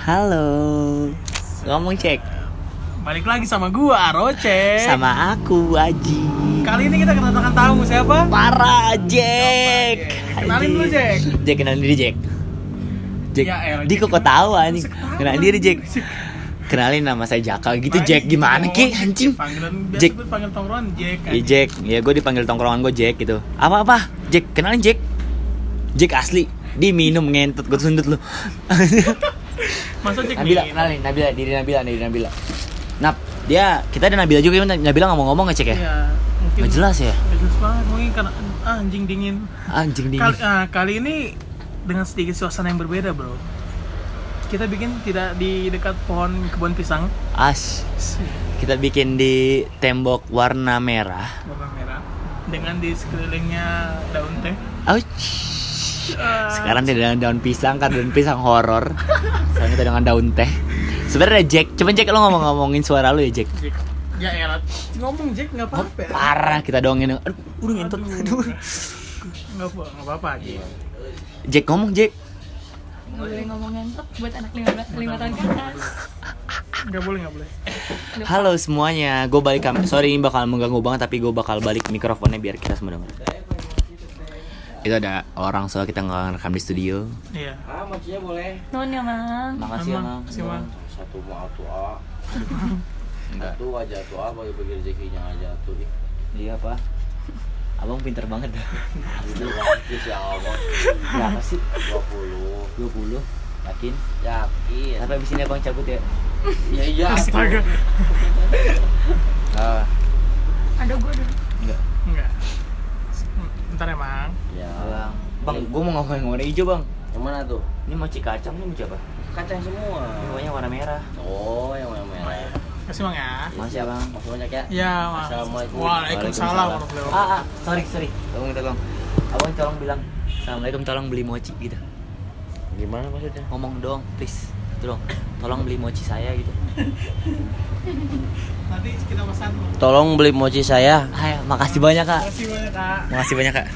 Halo. Ngomong cek. Balik lagi sama gua Aroce. Sama aku Aji. Kali ini kita kedatangan tamu siapa? Para Jack. Kenalin dulu Jack. Jack, kenalin diri Jack. Jack. Ya, Di kok ketawa nih. Kenalin diri Jack. Kenalin nama saya Jaka gitu. Jack gimana ki anjing? Panggilan biasa Jack. gue panggil tongkrongan Jack. Iya Jack. Ya gue dipanggil tongkrongan gue Jack gitu. Apa? Jack, kenalin Jack. Jack asli. Dia minum ngentot gue sundut lu. Masa Jack Nabila, nih? kenalin diri Nabila. Nap, dia kita ada Nabila juga. Nabila ngomong-ngomong ngecek ya? Iya, mungkin Nggak jelas ya? Nggak jelas banget, mungkin karena anjing dingin. Anjing dingin. Kali ini dengan sedikit suasana yang berbeda bro. Kita bikin tidak di dekat kebun pisang. Kita bikin di tembok warna merah. Warna merah. Dengan di sekelilingnya daun teh. Sekarang tidak dengan daun pisang, kan daun pisang horor. Sekarang kita dengan daun teh. Sebenarnya Jack, coba Jack lo ngomongin suara lo ya Jack. Ya elah, ngomong Jack nggak apa-apa. Parah kita dongin. Aduh, udah ngentot. Aduh. Nggak apa-apa aja. Jack ngomong Jack. Nggak boleh ngomong ngentot buat anak 5 tahun ke atas. Nggak boleh. Halo semuanya, gue balik sorry ini bakal mengganggu banget, tapi gue bakal balik mikrofonnya biar kita semua denger. Itu ada orang soal kita nggak rekam di studio. Iya. Maksudnya boleh. Non ya mang. Makasih ya Mang. Makasih, Mang. Satu mau tua. Enggak. Satu aja tua bagi rezekinya aja tuh. Iya Pak. Abang pinter banget dah. Itu kan si abang. Berapa sih? 20. 20. Yakin? Yakin. Sampai abis ini abang cabut ya? Iya. Astaga. Ada gue dulu. Enggak. Bentar ya Mang. Ya. Bang, gue mau ngomongin warna hijau bang. Yang mana tuh? Ini mochi kacang, ini mochi apa? Kacang semua. Ini pokoknya warna merah. Oh, yang merah. Kasih Mang ya. Makasih ya bang. Masih banyak ya? Ya Mang. Assalamualaikum. Waalaikumsalam warahmatullahi wabarakatuh. Sorry. Tolong. Abang tolong bilang Assalamualaikum, tolong beli mochi gitu. Gimana maksudnya? Ngomong dong, please. Tolong beli mochi saya gitu. Nanti kita pesan. Tolong beli mochi saya. Hai, makasih banyak kak. Kasih banyak Kak. Makasih banyak kak.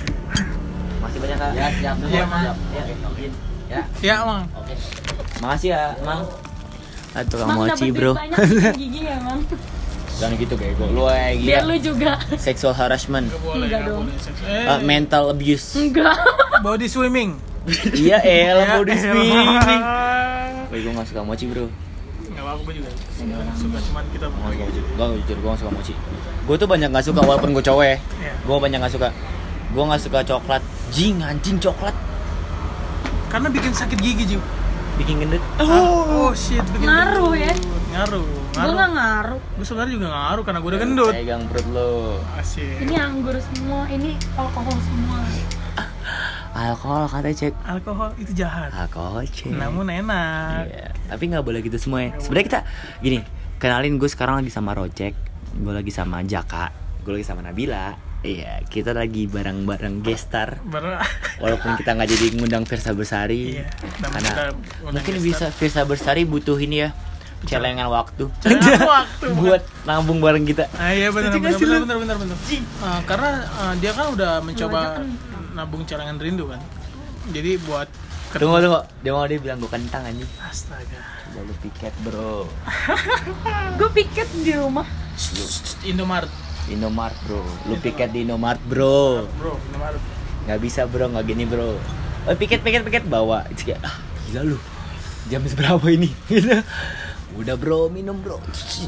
Ya, siap. Iya, Mang. Siap. Oke. Ya. Ya Mang. Oke. Makasih ya, Mang. Tukang Mang mochi dapet bro. duit banyak bikin gigi ya mang. Jangan gitu bego. Lu kayak Biar gila. lu juga. Sexual harassment. Enggak boleh. Enggak nggak dong. boleh. Mental abuse. Enggak. Body swimming. Iya elah body Ya, swimming. elah. Gue gak suka mochi bro. Nggak apa-apa gue juga. Suka cuman kita. Gue jujur gue gak suka mochi. Gue tuh banyak gak suka walaupun gue cowok ya. Iya. Gue banyak gak suka. Gue gak suka coklat. Anjing coklat. Karena bikin sakit gigi Jiw. Bikin gendut. Oh shit, bikin Ngaruh ya. Ngaruh. Gue nggak ngaruh. Gue sebenarnya juga ngaruh karena gue udah gendut. Pegang perut lo. Asyik. Ini anggur semua. Ini alkohol semua. Alkohol katanya cek. Alkohol itu jahat. Alkohol cek. Namun enak. Iya. Tapi gak boleh gitu semua ya. Sebenarnya kita gini. Kenalin, gue sekarang lagi sama Rojek. Gue lagi sama Jaka. Gue lagi sama Nabila. Iya, kita lagi bareng-bareng gestar. Walaupun kita nggak jadi ngundang Firsa Bersari, Iya, karena kita mungkin gestar. bisa Firsa Bersari butuh ini ya, celengan waktu, Celengan waktu. buat nambung bareng kita. Iya benar. Cing. Karena dia kan udah mencoba nabung cadangan rindu kan. Jadi buat Tunggu, dia bilang gue kentang anjing. Astaga. Udah lu piket bro. Gue piket di rumah. Indomaret Bro, lu piket di Indomaret bro. Indomaret. Nggak bisa bro, nggak gini bro. Oh piket bawa. Itu kayak gila lu. Jam berapa ini? Gitu. Udah bro, minum bro.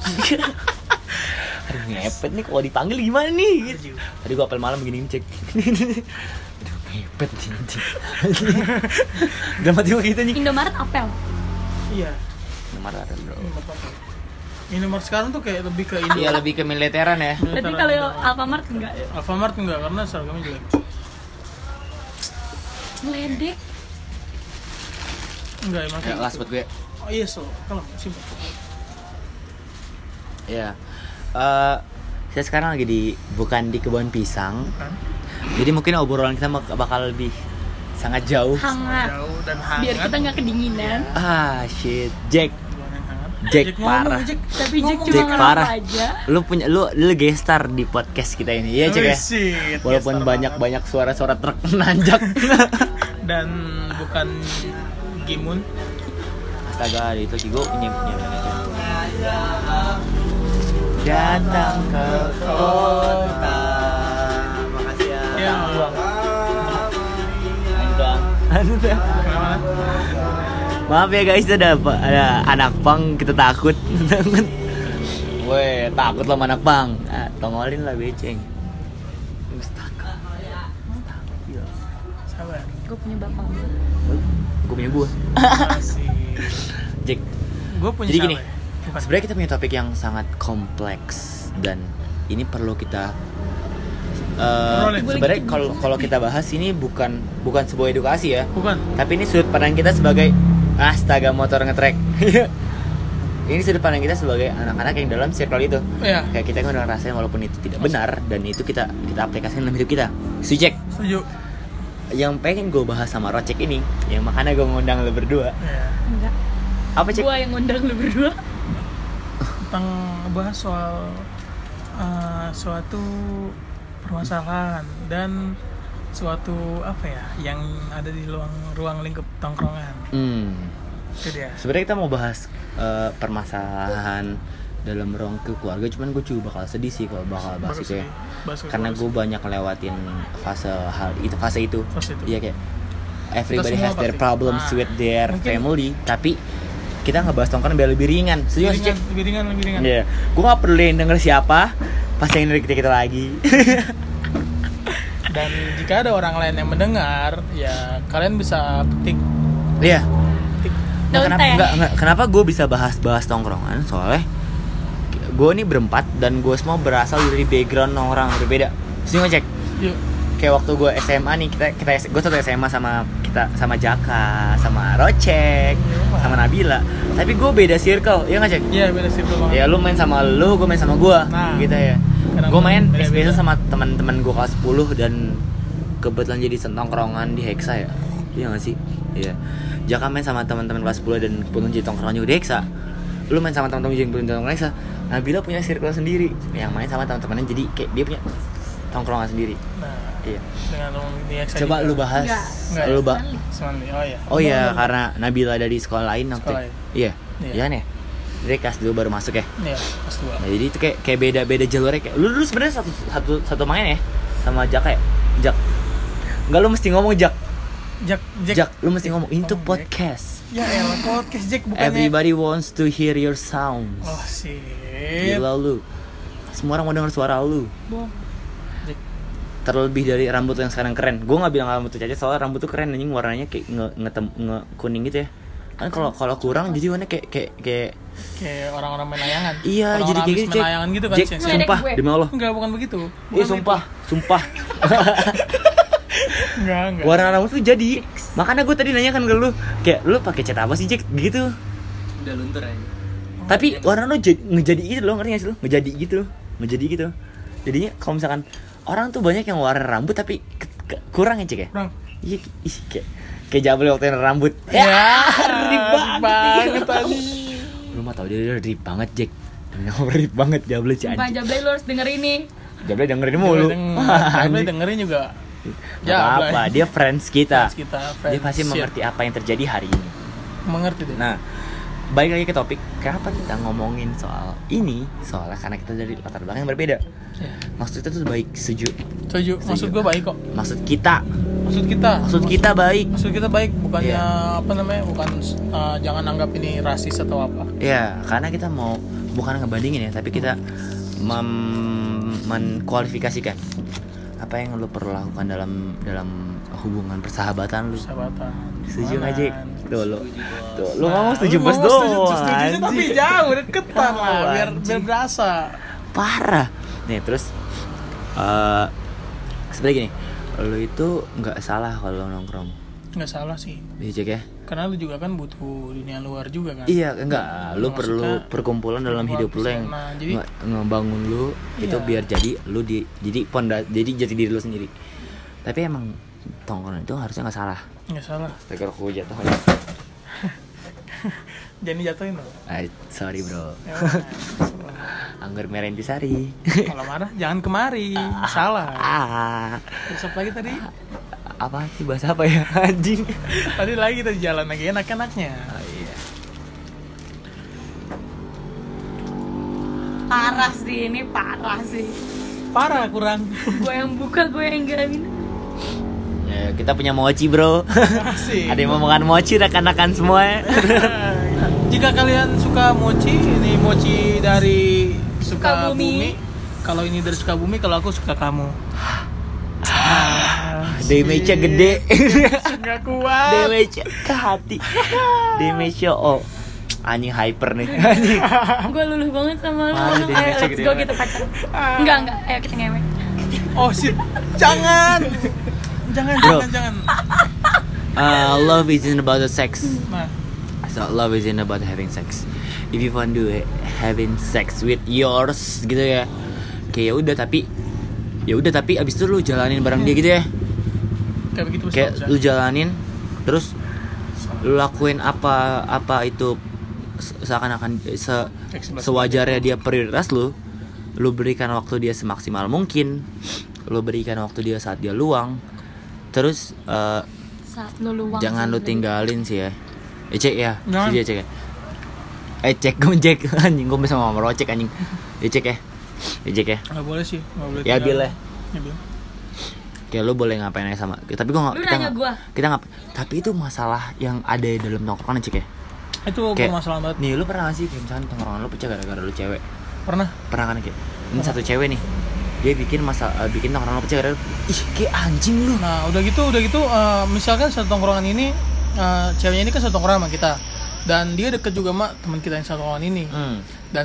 Aduh ngepet nih kalau dipanggil gimana nih? Gitu. Tadi gua apel malam begini cek. Aduh ngepet nih. Udah mati gitu nih. Indomaret apel. Iya. Indomaret ada bro. Indomaret sekarang tuh kayak lebih ke Indo. Iya lebih ke militeran ya. Tapi kalau Alfamart enggak. Alfamart enggak karena seragamnya jelek. Ngeledek. Enggak emang. Ya last buat gue. Oh iya kalau simpel. Iya. Saya sekarang lagi bukan di kebun pisang. Kan? Jadi mungkin obrolan kita bakal lebih sangat jauh. Hangat. Jauh dan hangat. Biar kita nggak kedinginan. Shit, Jack. Hubungan yang hangat. Jack ngomong, parah. Jack. Tapi Jack Ngomong. cuma Jack ngerokok parah. aja. Lu gestar di podcast kita ini. Iya, Jack ya. Shit, Walaupun gestar banyak suara-suara truk nanjak. dan bukan Gimun. astaga itu sih gue punya datang ke kota. Makasih ya. Iya. Maaf ya guys, itu ada anak pang, kita takut. Weh, takut lah sama anak pang. Tongolin lah beceng. Mustaka. Sabar. Gue punya bapak. Gue punya gue. Masih. Jack. Gue punya Jadi gini, Bukan. sebenarnya kita punya topik yang sangat kompleks dan ini perlu kita sebenarnya kalau kita bahas ini bukan sebuah edukasi ya. Bukan. Tapi ini sudut pandang kita sebagai astaga motor ngetrek. Ini sudut pandang kita sebagai anak-anak yang dalam circle itu. Iya. Kayak kita kan udah ngerasain walaupun itu tidak benar dan itu kita aplikasikan dalam hidup kita. Setuju? Setuju. Yang pengen gue bahas sama Rocek ini, yang makanya gue ngundang lo berdua. Iya. Enggak. Apa Cek? Gue yang ngundang lu berdua. Tentang bahas soal suatu permasalahan dan suatu apa ya yang ada di ruang lingkup tongkrongan. Itu dia. Sebenarnya kita mau bahas permasalahan dalam ruang keluarga, cuman gue juga bakal sedih sih kalau bakal bahas itu ya. Karena gue banyak lewatin fase itu. Iya kayak everybody has their problems with their family, tapi kita ngebahas tongkrongan biar lebih ringan. Setuju sih, Cek? Lebih ringan. Iya. Gue nggak perlu yang denger siapa, pasti yang denger kita lagi. Dan jika ada orang lain yang mendengar, ya kalian bisa petik. Iya. Daun Kenapa teh. kenapa gue bisa bahas tongkrongan? Soalnya gue ini berempat dan gue semua berasal dari background orang berbeda. Setuju nggak, Cek? Yuk. Kayak waktu gue SMA nih, gue satu SMA sama Jaka, sama Rocek, sama Nabila. Tapi gue beda circle, ya nggak, Cek? Iya, beda circle banget. Ya lu main sama lu, gue main sama gue, gitu ya. Gue main beda-beda. biasa sama teman-teman gue kelas 10 dan kebetulan jadi tongkrongan di Hexa ya. Iya nggak sih? Iya. Jaka main sama teman-teman kelas 10 dan kebetulan jadi tongkrongan juga di Hexa. Lu main sama teman-teman yang belum tongkrongan Hexa. Nabila punya circle sendiri, yang main sama teman-temannya, jadi kayak dia punya tongkrongan sendiri. Nah, Iya. dengan di Hexa Coba juga. lu bahas. Enggak. Lu Semanli. Oh iya. Oh iya, karena Nabila dari sekolah lain waktu. Sekolah lain. Iya. Iya. Iya kan ya? Dari kelas 2 baru masuk ya. Iya, kelas 2. Nah, jadi itu kayak beda jalurnya kayak. Lu dulu sebenarnya satu main ya sama Jaka ya? Jak. Enggak, lu mesti ngomong Jak. Jak, lu mesti ngomong itu Ngomong, podcast. Ya elah, podcast Jack bukannya. Everybody wants to hear your sounds. Oh, sip. Gila lu. Semua orang mau denger suara lu. Bohong. Jack. Terlebih dari rambut lu yang sekarang keren. Gue nggak bilang rambut tuh cacat, soalnya rambut tuh keren anjing, warnanya kayak kuning gitu ya. Kan kalau kurang jadi warnanya kayak orang-orang main layangan. iya, Orang-orang jadi kayak habis gitu. main layangan gitu kan. Jack, Cek. sumpah Gue. demi Allah. Enggak, bukan begitu. Iya, sumpah. Enggak. Warna rambut tuh jadi. Makanya gue tadi nanya kan ke lu, kayak lu pakai cat apa sih, Jack? Gitu. Udah luntur aja. Tapi warna lu ngejadi gitu loh, ngerti gak sih lu? Ngejadi gitu. Jadinya kalau misalkan orang tuh banyak yang warna rambut tapi kurang ya, Cek ya? Kurang. Iya, kayak Jabel waktu yang rambut. Ya, rip banget tadi. Lu mah tau dia rip banget, Jack. Rip banget Jabel sih Sumpah anjing. Jablay lu harus denger ini. Jabel dengerin mulu. Jablay dengerin juga. Gak apa-apa, dia friends kita. Dia pasti Siap. mengerti apa yang terjadi hari ini. Mengerti deh. Nah, balik lagi ke topik. Kenapa kita ngomongin soal ini? Soalnya karena kita dari latar belakang yang berbeda. Ya. Maksud kita tuh baik, setuju. Setuju. Maksud gue baik kok. Maksud kita baik. Maksud kita baik, bukannya Iya. apa namanya? Bukan jangan anggap ini rasis atau apa. Ya, karena kita mau bukan ngebandingin ya, tapi kita mengkualifikasikan apa yang lu perlu lakukan dalam hubungan persahabatan lu. Sahabatan. Setuju nggak, Jack? Tuh, lu Nah, ngomong setuju lu bos ngomong doang. setuju tapi anjing. jauh deketan lah, biar Anjing. berasa. Parah. Nih, terus sebenarnya gini, lu itu nggak salah kalau nongkrong. Nggak salah sih, Bisa, Jack ya? karena lu juga kan butuh dunia luar juga kan. Iya, enggak. Lu Maksudnya, perlu perkumpulan dalam hidup lu yang nah, jadi ngebangun lu itu Iya. biar jadi lu jadi jati diri lu sendiri. Tapi emang tongkrongan itu harusnya nggak salah. nggak salah. Tegar aku jatuh. Jangan dijatuhin loh. Sorry bro. Ya, Anggur merah intisari. kalau marah jangan kemari, salah. Terus apa lagi tadi? Apa sih bahasa apa ya anjing? Tadi lagi kita jalan lagi enak-enaknya. Oh, iya. Parah sih, ini parah sih. Parah kurang. Gue yang buka, gue yang gak minum. Ya, kita punya mochi bro. Asik. Ada yang mau makan mochi rekan-rekan semua. Jika kalian suka mochi, ini mochi dari Sukabumi. Kalau ini dari Sukabumi, kalau aku suka kamu. Damage-nya gede. Nggak kuat. Damage ke hati. Damage-nya anjing hyper nih. Gue luluh banget sama lo. Malu deh, Ayo ngecek let's gitu go ya. gitu pacaran. Enggak, ayo kita ngewe. Oh shit, jangan. Jangan. Love isn't about the sex. Nah, So love isn't about having sex. If you want to having sex with yours gitu ya. Kayak ya udah tapi abis itu lu jalanin bareng dia gitu ya. kayak begitu Kayak bisa. lu jalanin terus lu lakuin apa itu seakan-akan sewajarnya dia prioritas lu berikan waktu dia semaksimal mungkin, lu berikan waktu dia saat dia luang, terus Saat lu luang. jangan lu tinggalin sih ya. Cek ya, Jangan. si cek ya. Cek anjing, gue bisa ngomong rocek anjing. Cek ya, cek ya. Nggak boleh sih, nggak boleh. Ya tinggal. Bil ya. Ya, Bil. Kayak lu boleh ngapain aja sama. Tapi gue nggak. Lu nanya gua. Kita nggak. Tapi itu masalah yang ada di dalam tongkrongan cek ya. Itu Kayak, masalah banget. nih lu pernah gak sih kayak misalnya tongkrongan lu pecah gara-gara lu cewek? Pernah? Pernah kan kayak ini satu cewek nih, dia bikin tongkrongan lu pecah gara-gara ih kayak anjing lu. Nah, udah gitu misalkan satu tongkrongan ini ceweknya ini kan satu tongkrongan sama kita. Dan dia deket juga sama teman kita yang satu tongkrongan ini. Dan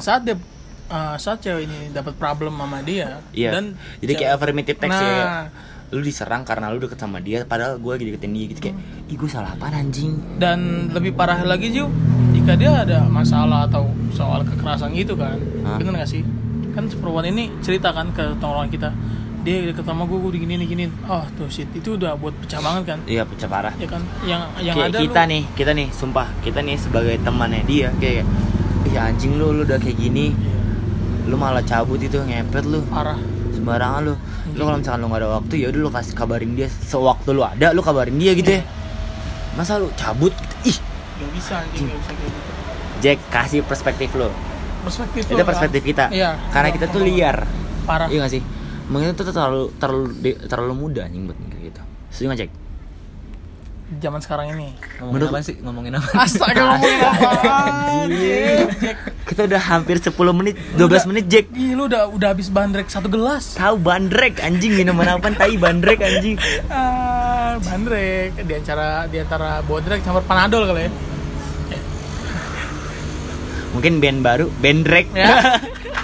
saat cewek ini dapat problem sama dia Iya. dan Jadi kayak affirmative text ya. Nah, Lu diserang karena lu deket sama dia, padahal gue lagi deketin dia gitu kayak, ih gue salah apaan anjing? dan lebih parah lagi Jiu, jika dia ada masalah atau soal kekerasan gitu kan. Hah? Bener gak sih? Kan perempuan ini cerita kan ke tongkrongan kita, dia deket sama gue diginiin. Oh tuh shit, itu udah buat pecah banget kan. Iya pecah parah. Ya kan, yang Kayak ada kita nih, sumpah kita nih sebagai temannya dia kayak, ih anjing lu udah kayak gini, lu malah cabut itu ngepet lu, parah. sembarangan lu. Lu kalau misalkan lu nggak ada waktu ya udah lu kasih kabarin dia sewaktu lu ada, lu kabarin dia gitu ya. Masa lu cabut? Ih, Gak bisa anjing, gak bisa kayak gitu. Jack kasih perspektif lu. Perspektif Itu lo, perspektif kan? kita. Iya. Karena kita tuh liar. Parah. Iya gak sih? Mungkin itu tuh terlalu muda anjing buat mikir gitu. Setuju gak, Jack? Zaman sekarang ini. Menurut apa sih? Ngomongin apa? Astaga, ngomongin apa? Anjing. Kita udah hampir 10 menit, 12 menit, Jack. Ih, lu udah habis bandrek 1 gelas. Tahu bandrek anjing, minuman apaan tai bandrek anjing. Bandrek di antara bodrek campur panadol kali ya. Mungkin band baru, bandrek. Ya.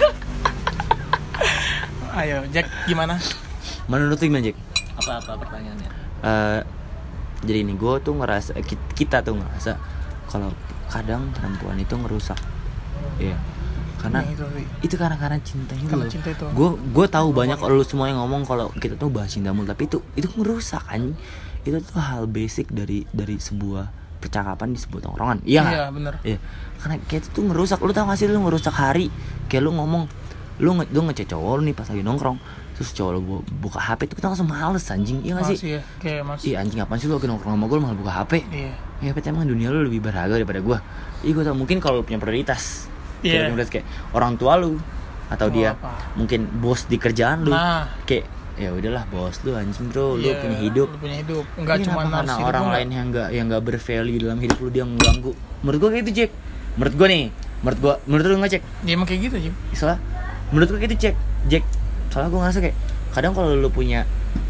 Ayo, Jack, gimana? Menurut lu gimana, Jack? Apa pertanyaannya? Jadi ini gue tuh ngerasa, kita tuh ngerasa kalau kadang perempuan itu ngerusak. Iya. Karena itu karena cintanya Karena dulu. cinta itu. Gue tahu banyak lu semua yang ngomong kalau kita tuh bahas cinta mulu, tapi itu ngerusak anjing. Itu tuh hal basic dari sebuah percakapan di sebuah tongkrongan. Iya nggak? Iya, bener. Iya. Karena kayak itu tuh ngerusak. Lu tau gak sih lu ngerusak hari? Kayak lu ngomong lu ngecek cowok lu nih pas lagi nongkrong, terus cowok lu buka HP itu kita langsung males anjing. Iya gak sih? Masih ya, kayak masih. Ih anjing apaan sih lu lagi nongkrong sama gue malah buka HP? Iya. Ya tapi emang dunia lu lebih berharga daripada gue. Iya gue tau mungkin kalau lu punya prioritas. Iya. Kayak orang tua lu atau dia apa? mungkin bos di kerjaan lu. Nah. Kayak ya udahlah bos lu anjing bro, lu Iya, punya hidup. Lu punya hidup. Enggak Ini cuma kenapa harus karena hidup orang lu lain yang enggak bervalue dalam hidup lu dia mengganggu. Menurut gue kayak gitu, Jack. Menurut lu nggak, Jack? Ya emang kayak gitu, Jim. Soalnya menurut gue gitu, Jack. Soalnya gue ngerasa kayak kadang kalau lu punya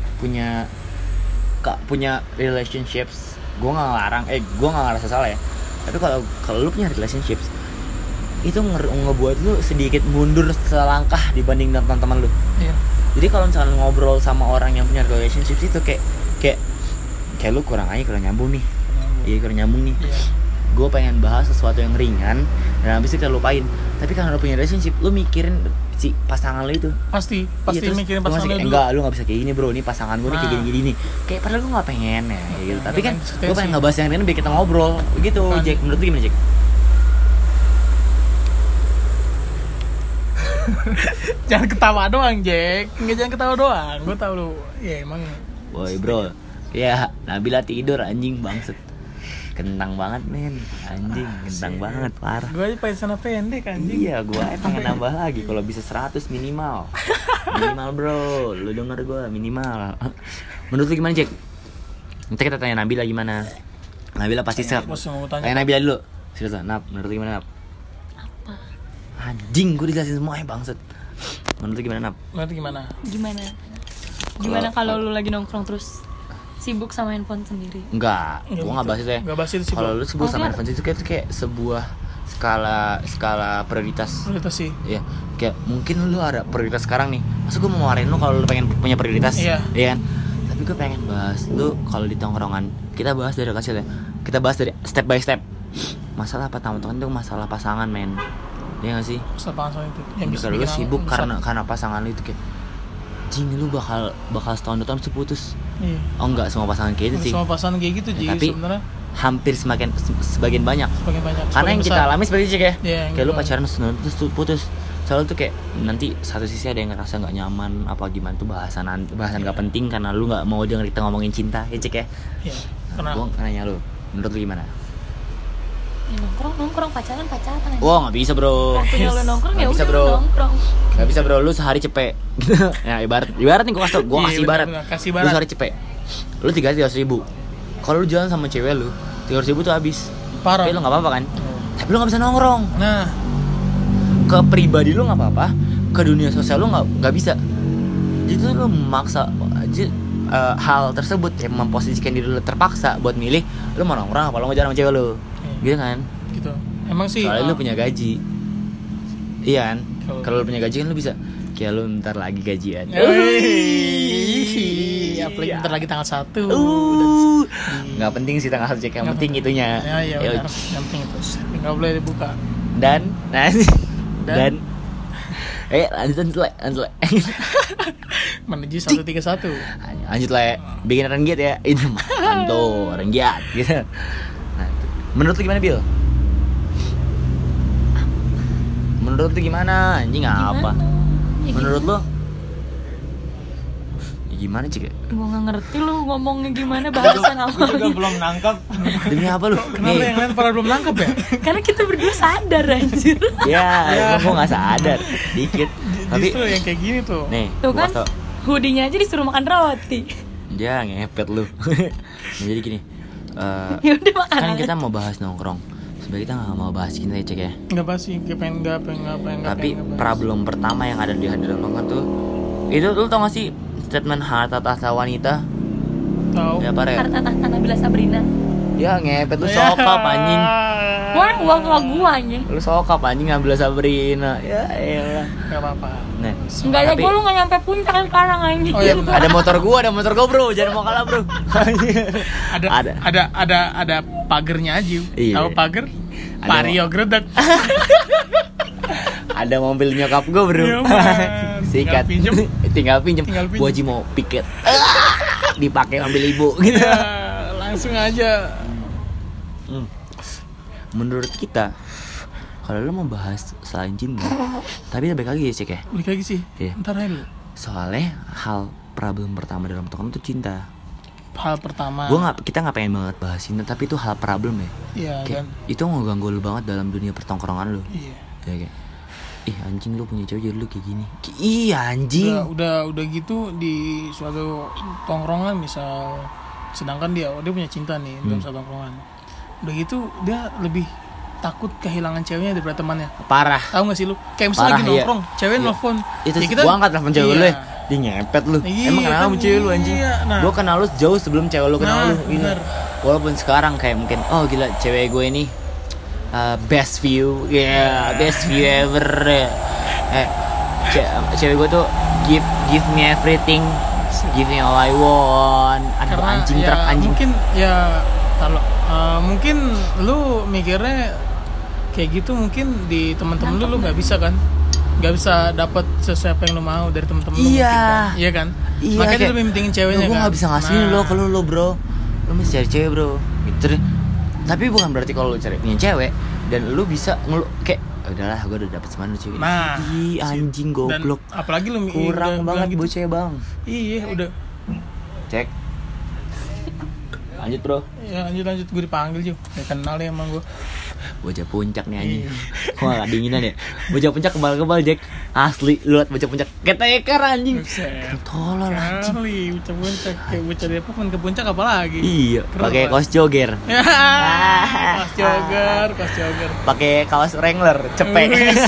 relationships, gue nggak ngerasa salah ya. Tapi kalau lu punya relationships itu ngebuat lu sedikit mundur selangkah dibanding teman-teman lu. Iya. Jadi kalau misalnya ngobrol sama orang yang punya relationships itu kayak lu kurang nyambung nih. Iya kurang nyambung nih. Iya. Gue pengen bahas sesuatu yang ringan dan habis itu kita lupain. Tapi karena lu punya relationship, lu mikirin si pasangan lu itu. Pasti Iya, terus mikirin lu pasangan masih lu dulu. enggak, lu gak bisa kayak gini bro, ini pasangan gue nih kayak Nah. gini. Kayak padahal gue gak pengen ya kayak gitu. Tapi kan pengen gue pengen ngebahas yang ringan biar kita ngobrol gitu. Kan. Jack, menurut lu gimana, Jack? Jangan ketawa doang, Jack. Enggak, jangan ketawa doang. Gue tahu lu. Ya emang. Woi bro, ya Nabila tidur anjing bangset. kentang banget men, anjing, kentang banget parah. Gue aja pakai celana pendek anjing. Iya, gue pengen nambah lagi kalau bisa 100 minimal. Minimal bro, lu denger gue minimal. Menurut lu gimana Jack? Nanti kita tanya Nabila gimana. Nabila pasti siap. Tanya Nabila dulu. Serius lah, Nab, menurut lu gimana Nab? Apa? Anjing, gue dijelasin semua bangset. Menurut lu gimana Nab? Menurut gimana? Gimana kalau lu lagi nongkrong terus sibuk sama handphone sendiri? Enggak, gue nggak bahas itu ya. Nggak bahas itu sih. Kalau lu sibuk sama handphone itu kayak sebuah skala prioritas. Prioritas sih. Iya, kayak mungkin lu ada prioritas sekarang nih. Masa gue mau marahin lu kalau lu pengen punya prioritas? Iya kan? Tapi gue pengen bahas lu kalau di tongkrongan. Kita bahas dari kecil ya. Kita bahas dari step by step. Masalah pertama itu masalah pasangan men. Iya gak sih? Masalah pasangan itu. Yang bisa lu sibuk karena pasangan lu itu kayak jing lu bakal setahun depan mesti putus. Iya. Oh enggak semua pasangan kayak gitu sih. Semua pasangan kayak gitu ya, tapi sebenarnya hampir sebagian banyak. Karena yang kita alami seperti itu kayak kayak lu pacaran terus putus. Soalnya tuh kayak nanti satu sisi ada yang ngerasa nggak nyaman apa gimana tuh bahasan nggak penting karena lu nggak mau denger kita ngomongin cinta ya Cek ya. Iya. Karena gua nanya lu, menurut lu gimana? Ya nongkrong pacaran aja. Wah nggak bisa bro. Waktunya lu nongkrong ya udah nongkrong. Gak bisa bro, lu sehari cepet. Ya ibarat nih gua kasih ibarat. Lu sehari cepet. Lu 300.000. Kalau lu jalan sama cewek lu 300.000 tuh habis. Parah. Tapi lu nggak apa-apa kan? Tapi lu nggak bisa nongkrong. Nah, ke pribadi lu nggak apa-apa, ke dunia sosial lu nggak bisa. Jadi tuh lu memaksa hal tersebut yang memposisikan diri lu terpaksa buat milih lu mau nongkrong apa lu mau jalan sama cewek lu. Gitu kan? Gitu. Emang sih. Soalnya lu punya gaji. Iya kan? Kalau lu punya gaji kan lu bisa kayak lu ntar lagi gajian. Apalagi bentar lagi tanggal 1. Nggak penting sih tanggal 1 yang penting itunya. Ya benar. Yang penting itu. Nggak boleh dibuka. Dan lanjut le. Menuju 131. Lanjut le. Bikin renggiat ya. Itu mantul renggiat gitu. Nah, menurut lu gimana Bil? Menurut lu gimana? Anjing apa? Menurut lu? Ya gimana Cik? Gua gak ngerti lu ngomongnya gimana bahasan apa. Gue juga belum nangkep. Demi apa lu? Kenapa yang lain pada belum nangkep ya? Karena kita berdua sadar anjir. Ya, gua gak sadar. Dikit. Tapi justru yang kayak gini tuh. Nih, tuh kan hoodie-nya aja disuruh makan roti. Dia ngepet lu. Nah, jadi gini. Yaudah makan Kan aja. kita mau bahas nongkrong. Sebenarnya kita gak mau bahas cinta ya Cek ya. Nggak pasti, pengen. Tapi problem pertama yang ada di hadiran nongkrong tuh itu lu tau gak sih statement harta tahta wanita? Tahu. Ya apa ya? Harta tahta Nabila Sabrina. Ya ngepet lu sokap anjing. Wah, uang gua anjing. Lu sokap anjing ngambil Sabrina. Ya elah. Nggak apa-apa. Nah, Enggak ada tapi- gua lu enggak nyampe puncak sekarang anjing. Oh iya benar. ada motor gua bro, jangan mau kalah bro. Ada pagernya aja. Iya. Tahu pager? Ada Vario Gredek. Ada mobil nyokap gua bro. Iya, man. Sikat. Tinggal pinjem. Gua aja mau piket. Dipakai mobil ibu gitu. Ya, langsung aja. Menurut kita kalau lu mau bahas selain cinta, tapi lebih lagi ya Cek ya. Balik lagi sih. Iya. Ntar aja dulu. Soalnya hal problem pertama dalam tongkrongan itu cinta. Hal pertama. Kita nggak pengen banget bahas cinta, tapi itu hal problem ya. Iya Kayak, kan. itu ngeganggu lu banget dalam dunia pertongkrongan lu. Iya. Ya kayak, ih anjing lu punya cewek jadi lu kayak gini. Iya anjing. Udah gitu di suatu tongkrongan misal, sedangkan dia punya cinta nih dalam suatu tongkrongan. Udah gitu dia lebih takut kehilangan ceweknya daripada temannya. Parah. Tahu gak sih lu? Kayak misalnya Parah, lagi nongkrong, cewek Iya. nelfon. Itu Ya gua angkat telepon cewek lu ya. iya. Dia ngepet lu. Iya, Emang kenal sama kan? cewek lu anjing? Iya, nah. Gua kenal lu jauh sebelum cewek lu kenal Nah, lu. Ini. bener. Walaupun sekarang kayak mungkin oh gila cewek gue ini best view. Best view ever. Cewek gue tuh give me everything. Give me all I want. Aduh Karena anjing ya, truk anjing. mungkin ya kalau mungkin lu mikirnya kayak gitu, mungkin di teman-teman lu nggak bisa kan, nggak bisa dapat sesuai apa yang lu mau dari teman-teman lu. Iya. Mungkin kan? Iya kan. Iya, Makanya kayak, dia lebih pentingin ceweknya gue kan. nggak bisa ngasih lo kalau lo bro, lo mesti cari cewek bro. Gitu. Tapi bukan berarti kalau lo cari punya cewek dan lo bisa kayak udahlah gue udah dapet sama lo cewek. Nah, ih anjing goblok. Dan apalagi lu Kurang udah banget gitu. bocah bang. Iya udah. Cek. Lanjut bro. Ya lanjut gue dipanggil juga. Ya kenal ya emang gue. Bocah puncak nih anjing. Wah, dinginan ya. Bocah puncak kebal-kebal Jack. Asli, lu liat bocah puncak ketekar anjing. Tolol anjing. Asli, bocah puncak. Kayak bocah Depok kan ke puncak apalagi. Iya, pakai kaos jogger. Kaos jogger. Pakai kaos Wrangler, cepek.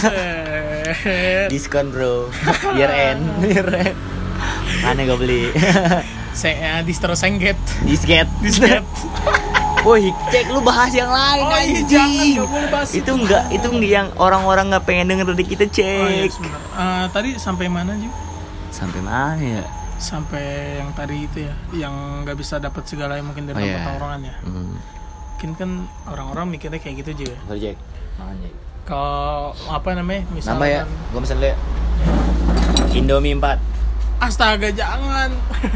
Diskon bro. Year end. Mana gue beli. Saya distro sengget. Disket. Woi, cek lu bahas yang lain anjing. Jangan, gak boleh bahas itu yang orang-orang nggak pengen denger dari kita, cek. Tadi sampai mana Ju? Sampai mana ya? Sampai yang tadi itu ya, yang nggak bisa dapat segala yang mungkin dari tempat tawuran ya. Mungkin kan orang-orang mikirnya kayak gitu juga. Sorry Jack. Makan Jack. Kalau apa namanya? Misalnya nama ya, gua pesen dulu ya. Indomie 4. Astaga, jangan.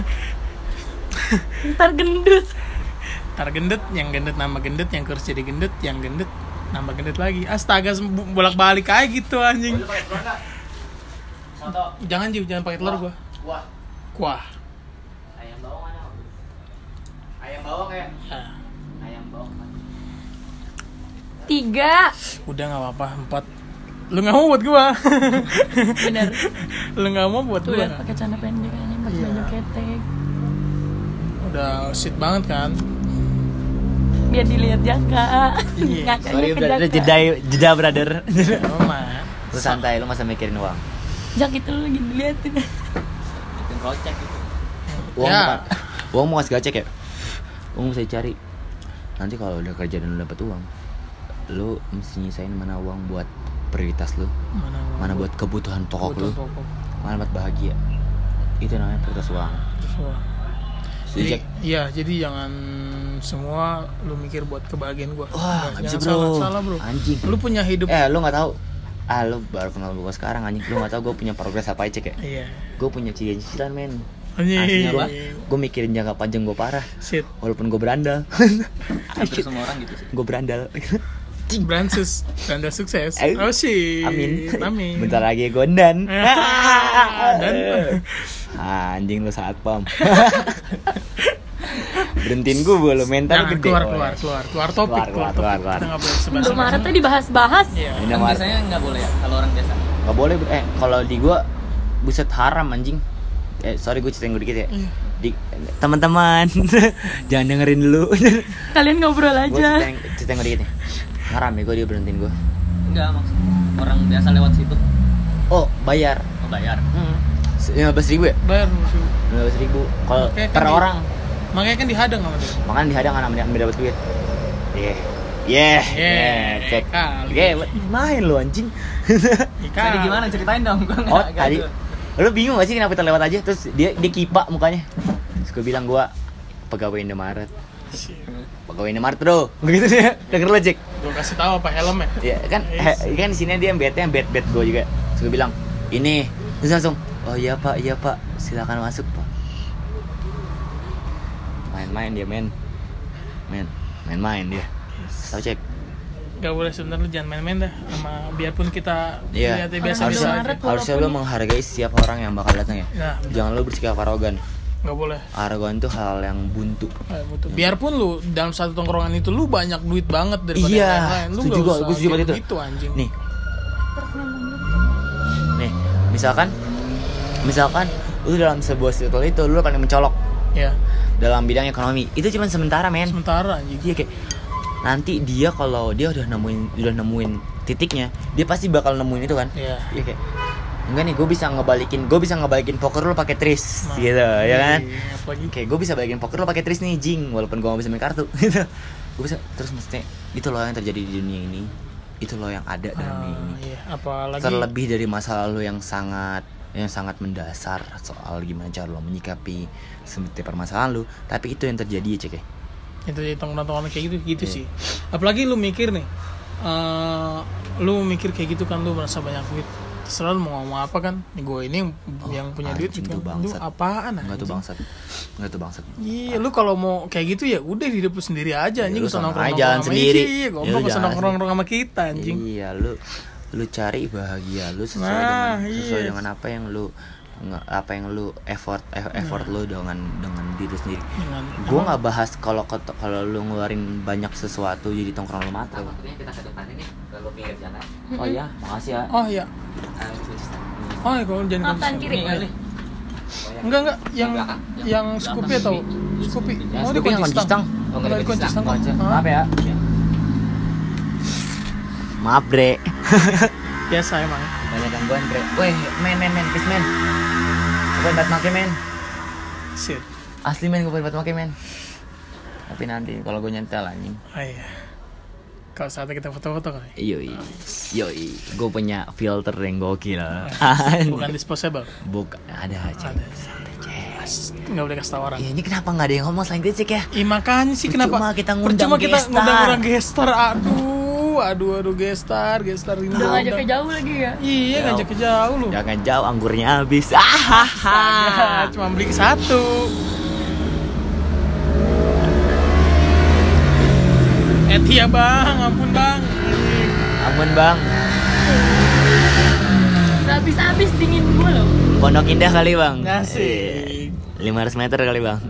Ntar gendut. Ntar gendut, yang gendut nama gendut, yang kurus jadi gendut, yang gendut nambah gendut lagi. Astaga, bolak-balik kayak gitu anjing. Jangan Jiu, jangan pakai telur gua. Kuah. Ayam bawang mana? Ayam bawang ya? Ayam bawang. 3. Udah enggak apa-apa, 4. Lu enggak mau buat gua. Bener. Lu enggak mau buat Tuh gua. liat pakai celana pendek aja, pakai baju ketek. Udah shit banget kan? Biar dilihat Jaka. Iya. Sorry brother, jeda brother. Mama. Lu santai, lu masa mikirin uang. Jak itu lu lagi diliatin. Bikin kocek gitu. Uang Ya. bukan. Uang mau ngasih gacek ya? Uang bisa cari. Nanti kalau udah kerja dan lu dapet uang, lu mesti nyisain mana uang buat prioritas lu, mana buat kebutuhan pokok lu, mana buat bahagia. Itu namanya prioritas uang. Jadi, iya, jadi jangan semua lu mikir buat kebahagiaan gua. Wah, nggak bisa jangan bro. salah bro. Anjing. Lu punya hidup. Lu nggak tahu. Lu baru kenal gua sekarang anjing. Lu nggak tahu gua punya progres apa aja cek ya. Iya. Gua punya cicilan men. Anjing. Aslinya gua mikirin jangka panjang gua parah. Shit. Walaupun gua berandal. Hampir semua orang gitu sih. Gua berandal. Beranda sukses. Oh sih. Amin. Bentar lagi gondan. Dan Anjing lu saat pam. Berhentiin gue belum mental jangan, gede. keluar topik. Keluar. Kita nggak boleh sebahas. Indomaretnya dibahas-bahas. Iya. Kan biasanya nggak boleh ya kalau orang biasa. Gak boleh. Kalau di gue buset haram anjing. Sorry gue ceritain gue dikit ya. Di teman-teman jangan dengerin dulu. Kalian ngobrol Gue aja. ceritain gue dikit nih. Haram ya gue, dia berhentiin gue. Enggak, maksud orang biasa lewat situ. Oh bayar. Oh, bayar. 15.000 ya? Bayar musuh. 15.000 kalau Oke, per kan orang. Makanya kan dihadang sama dia. Makanya dihadang kan sama dia dapat duit. Cek. Kali. Main lu anjing. Jadi gimana ceritain dong? Gua Oh, enggak tadi lu bingung gak sih kenapa kita lewat aja? Terus dia kipak mukanya. Terus gue bilang gue pegawai Indomaret. Pegawai Indomaret bro. Begitu dia. Denger lo Jack. Gue kasih tahu apa helmnya. Iya kan, kan di sini dia bet gue juga. Terus gue bilang ini. Terus langsung, oh iya pak, silakan masuk pak. Main dia main dia. Tahu cek. Gak boleh sebenarnya, lu jangan main-main dah sama, biarpun kita Iya. lihatnya biasa-biasa aja. Harusnya lu menghargai setiap orang yang bakal datang ya. Nah, Jangan lu bersikap arogan. Gak boleh. Arogan itu hal yang buntu. Betul. Biarpun lu dalam satu tongkrongan itu lu banyak duit banget daripada Iya, yang lain. Lu setuju gak gua, usah gua setuju banget itu. gitu anjing. Nih, misalkan lu dalam sebuah circle itu lu paling mencolok Ya, dalam bidang ekonomi. Itu cuma sementara men. sementara anjing. Dia kayak nanti dia kalau dia udah nemuin titiknya, dia pasti bakal nemuin itu kan. Iya. Dia kayak enggak nih, gue bisa ngebalikin poker lu pakai tris gitu ya kan. Apalagi Kayak gue bisa balikin poker lu pakai tris nih jing, walaupun gue gak bisa main kartu gitu. Gue bisa terus maksudnya itu loh yang terjadi di dunia ini, itu loh yang ada dalam dunia ini. iya, apalagi Terlebih dari masa lalu yang sangat mendasar soal gimana cara lo menyikapi setiap permasalahan lu, tapi itu yang terjadi ya cek ya. itu jadi tongkrongan kayak gitu Iya. sih. Apalagi lu mikir nih, lu mikir kayak gitu kan, lu merasa banyak duit, terserah lu mau ngomong apa kan. Nih gue ini yang punya duit anjing gitu tuh kan. Lu bangsat. apaan Enggak tuh anjing? bangsat. Iya, lu kalau mau kayak gitu ya udah hidup lu sendiri aja anjing, Lu gak usah sana nongkrong aja, jalan sendiri. Iya, goblok, Ya, lu gak usah jalan nongkrong sama kita anjing. Iya, lu cari bahagia lu sesuai Nah, dengan iya. apa yang lu apa yang lu effort lu dengan diri sendiri. Gue nggak bahas kalau lu ngeluarin banyak sesuatu jadi tongkrong lu matre. Waktunya kita ke depan ini kalau pinggir jalan. Oh iya, makasih ya. Oh iya. Oh iya, kalau jangan Kanan kiri. Enggak yang Scoopy atau Scoopy. Oh, di kunci stang. Oh, di kunci stang. Maaf ya. Maaf, Bre. Biasa emang. Banyak gangguan, Bre. Weh, men, please, men. Gue pengen make, men. Shit. Asli, men, gue pengen make, men. Tapi nanti kalau gue nyetel anjing. Oh iya. Kalau saatnya kita foto-foto kali. Yoi. Gue punya filter yang gokil. Bukan disposable. Bukan, ada aja. Nggak boleh kasih tau orang. Ini kenapa nggak ada yang ngomong selain Cek ya? Makanya sih kenapa? Percuma kita ngundang orang gestar. Aduh gestar ini. Udah ngajak ke jauh lagi ya? Iya, ngajak ke jauh lu. Jangan jauh, anggurnya habis. Cuma beli satu. Iya bang, ampun bang. Udah habis dingin gua loh. Pondok Indah kali bang. Ngasih. 500 meter kali bang.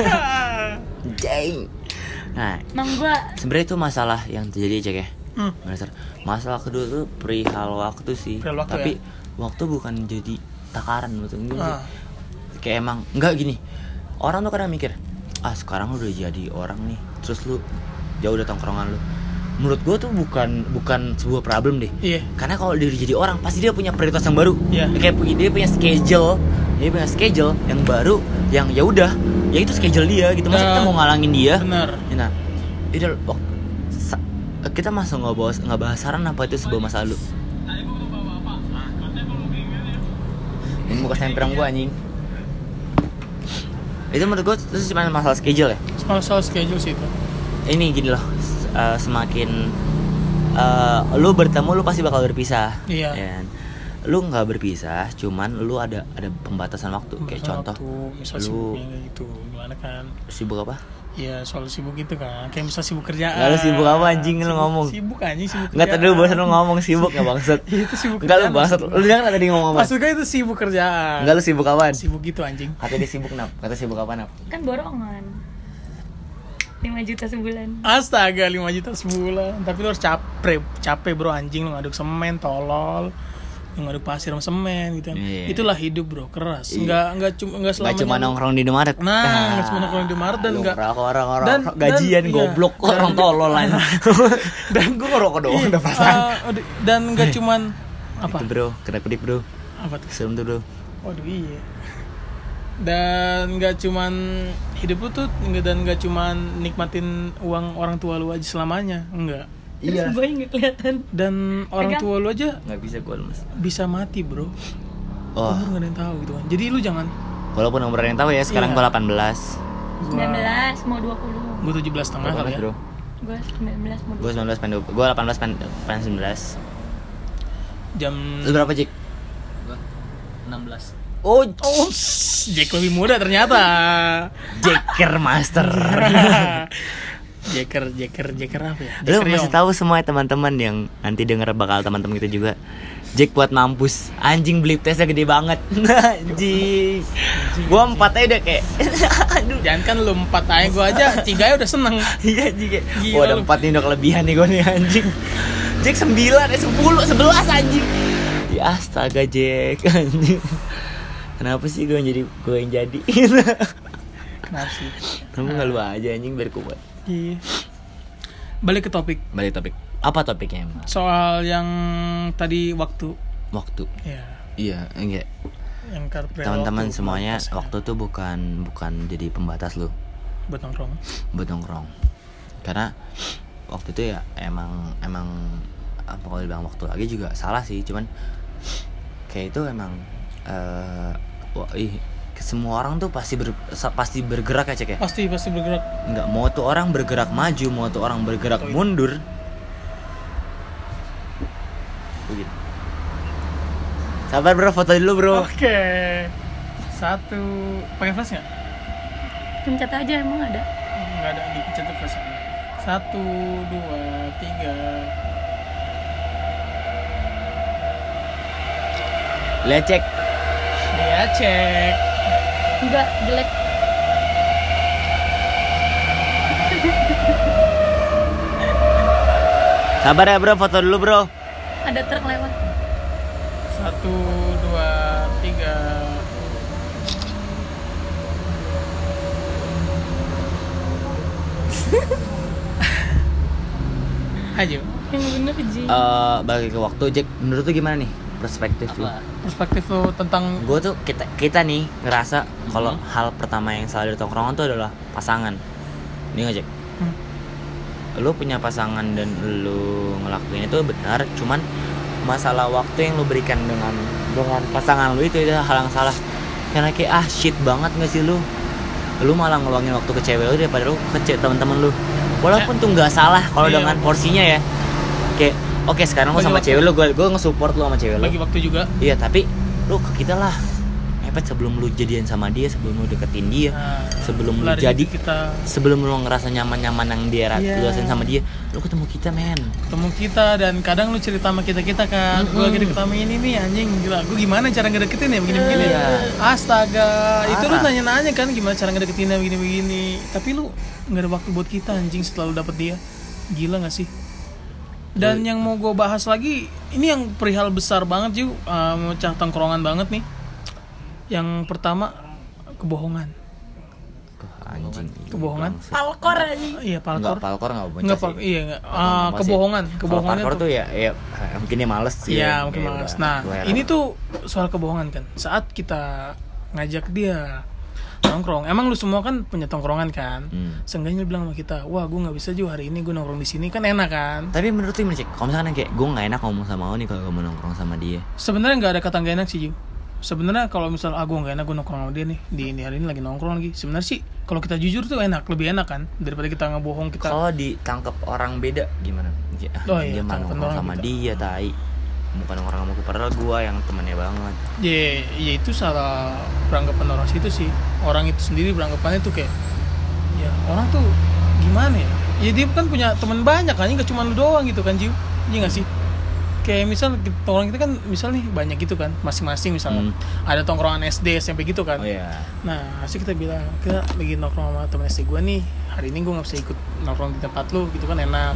Jeng. Nah, Emang gua sebenarnya itu masalah yang terjadi Cek ya. Masalah kedua tuh perihal waktu sih. Tapi waktu bukan jadi takaran betul sih. Kayak emang enggak gini. Orang tuh kadang mikir, sekarang lu udah jadi orang nih, terus lu jauh udah tongkrongan lu. Menurut gue tuh bukan sebuah problem deh. Iya. Karena kalau dia jadi orang pasti dia punya prioritas yang baru. Iya. Kayak dia punya schedule yang baru, yang ya udah, ya itu schedule dia gitu. Masa kita mau ngalangin dia? Benar. Nah, itu kita masuk nggak bahas saran apa itu sebuah masa lalu. Ini bukan semperang gue anjing. Itu menurut gue itu cuma masalah schedule ya. Masalah schedule sih itu. Ini gini loh, semakin lu bertemu lu pasti bakal berpisah. Iya. Ya. Lu nggak berpisah, cuman lu ada pembatasan waktu. Kayak contoh, misal lu sibuk gitu, gimana kan? Sibuk apa? Iya, soal sibuk gitu kan. Kayak misal sibuk kerjaan. Lalu sibuk apa anjing lu ngomong? Sibuk kerjaan. Nggak tadi lu bosan lu ngomong sibuk ya bangsat. Itu sibuk Enggak lu kerjaan. bangsat. Lu jangan tadi ngomong apa? Maksudnya itu sibuk kerjaan. Enggak lu sibuk apaan? Sibuk gitu anjing. Kata dia sibuk nap. Kata sibuk apa nap? kan borongan. 5 juta sebulan. Astaga, 5 juta sebulan. Tapi lu harus capek bro anjing, lu ngaduk semen tolol. Lu ngaduk pasir sama semen gitu kan. Iya. Itulah hidup bro, keras. Iya. Enggak selamanya. Cuma nongkrong di Indomaret. Enggak cuma nongkrong di Indomaret dan enggak orang gajian iya. goblok orang tolol lain. Dan gua ngerokok doang udah perasaan. Dan enggak cuman apa? Itu bro, kena kedip bro. Apa tuh? Serem tuh bro. Waduh iya. Dan nggak cuman hidup lu tuh nggak cuman nikmatin uang orang tua lu aja selamanya, enggak. Terus gue nggak kelihatan. Dan orang tua lu aja Nggak bisa gua lemes. bisa mati bro. Oh. Umur nggak ada yang tahu gitu kan. Jadi lu jangan. Walaupun umur yang tahu ya, sekarang Iya. gua 18. 19 mau 20. Gue 17,5 kali ya. Bro. Gue 19 mau 20. Gua 19 pengen 20. Gua 18 pengen 19. Jam. Lu berapa, Jik? Gua 16. Oh, Jack lebih muda ternyata. Jacker Master. Jacker apa ya? Lu masih tahu semua teman-teman yang nanti denger bakal teman-teman kita juga. Jack buat mampus. Anjing beli tesnya gede banget. Anjing. Gua 4 aja udah kayak Aduh, jangan kan lu 4 aja, gua aja 3 aja udah seneng. Iya anjing. Gila Gua ada lu. 4 nih udah kelebihan nih gua nih anjing. Jack 9, 10, 11 anjing. Ya astaga Jack anjing. Kenapa sih gue yang jadi? Kenapa sih? Kamu nggak lu aja anjing biar kuat. Iya. Balik ke topik. Balik topik. Apa topiknya emang? Soal yang tadi waktu. Waktu. Ya. Iya, enggak. Yang karpet. Teman-teman semuanya waktu tuh bukan jadi pembatas lu buat nongkrong. buat nongkrong. Karena waktu itu ya emang apa kalau dibilang waktu lagi juga salah sih, cuman kayak itu emang semua orang tuh pasti bergerak ya Cek ya. Pasti bergerak. Enggak mau tuh orang bergerak maju, mau tuh orang bergerak mundur. Begitu. Sabar bro, foto dulu bro. Oke. 1 pakai flash nggak? Pencet aja emang ada. Nggak ada, dipencet flash. 1, 2, 3. Lihat Cek. Nih ya. Saya cek. Enggak, jelek. Sabar ya bro, foto dulu bro. Ada truk lewat. 1, 2, 3. Ayo. Yang bener Ji. Balik ke waktu, Jack. Menurut lu gimana nih perspektif lu? Perspektif lu tentang Gue tuh kita nih ngerasa kalau hal pertama yang salah dari tongkrongan tuh adalah pasangan. Ini nggak, Jack? Lu punya pasangan dan lu ngelakuin itu benar, cuman masalah waktu yang lu berikan dengan pasangan lu itu hal yang salah. Karena kayak shit banget nggak sih lu malah ngeluangin waktu ke cewek lu daripada lu ke teman-teman lu. Walaupun tuh nggak salah kalau dengan porsinya ya. Kayak oke, sekarang lu sama cewek lu, gue nge-support lu sama cewek lu. bagi waktu juga. Iya, tapi lu ke kita lah. Sebelum lu jadian sama dia, sebelum lu deketin dia, sebelum lu jadi kita, sebelum lu ngerasa nyaman-nyaman yang dia rasain sama dia, lu ketemu kita, men. Ketemu kita dan kadang lu cerita sama kita kan, gue lagi deket sama ini nih anjing, gila, gue gimana cara ngedeketin ya begini-begini. Astaga, itu lu nanya-nanya kan gimana cara ngedeketinnya begini-begini, tapi lu nggak ada waktu buat kita anjing setelah lu dapet dia, gila nggak sih? Dan yang mau gue bahas lagi, ini yang perihal besar banget Ju, mecah tongkrongan banget nih. Yang pertama, kebohongan. Anjing. Kebohongan. Palkor anjing. Iya, palkor. Enggak, palkor enggak bocah Enggak, sih. iya enggak. Kebohongan. Kebohongan palkor itu tuh ya mungkin dia males sih. Iya, mungkin males. Nah, ini tuh soal kebohongan kan. Saat kita ngajak dia nongkrong, emang lu semua kan punya tongkrongan kan? Seenggaknya lu bilang sama kita, wah gue nggak bisa juga hari ini gue nongkrong di sini, kan enak kan? Tapi menurut lu gimana, Cik? Kalau misalkan kayak gue nggak enak ngomong sama lo nih kalau gue mau nongkrong sama dia. Sebenarnya nggak ada kata nggak enak sih Ju. Sebenarnya kalau misal gue nggak enak gue nongkrong sama dia nih di ini hari ini lagi nongkrong lagi, sebenarnya sih kalau kita jujur tuh enak, lebih enak kan daripada kita ngebohong kita. Kalau ditangkap orang beda gimana? Dia malah nongkrong sama dia, tai. Bukan orang sama gue, padahal gue yang temannya banget. Ya itu salah beranggapan orang situ sih. Orang itu sendiri beranggapannya tuh kayak, ya orang tuh gimana ya? Ya dia kan punya teman banyak kan, nggak cuma lu doang gitu kan Jiu? Iya nggak sih? Kayak misal tongkrongan kita kan misal nih banyak gitu kan, masing-masing misalnya ada tongkrongan SD SMP gitu kan. Nah asik kita bilang kita lagi nongkrong sama teman SD gue nih, hari ini gue nggak bisa ikut nongkrong di tempat lu gitu kan, enak.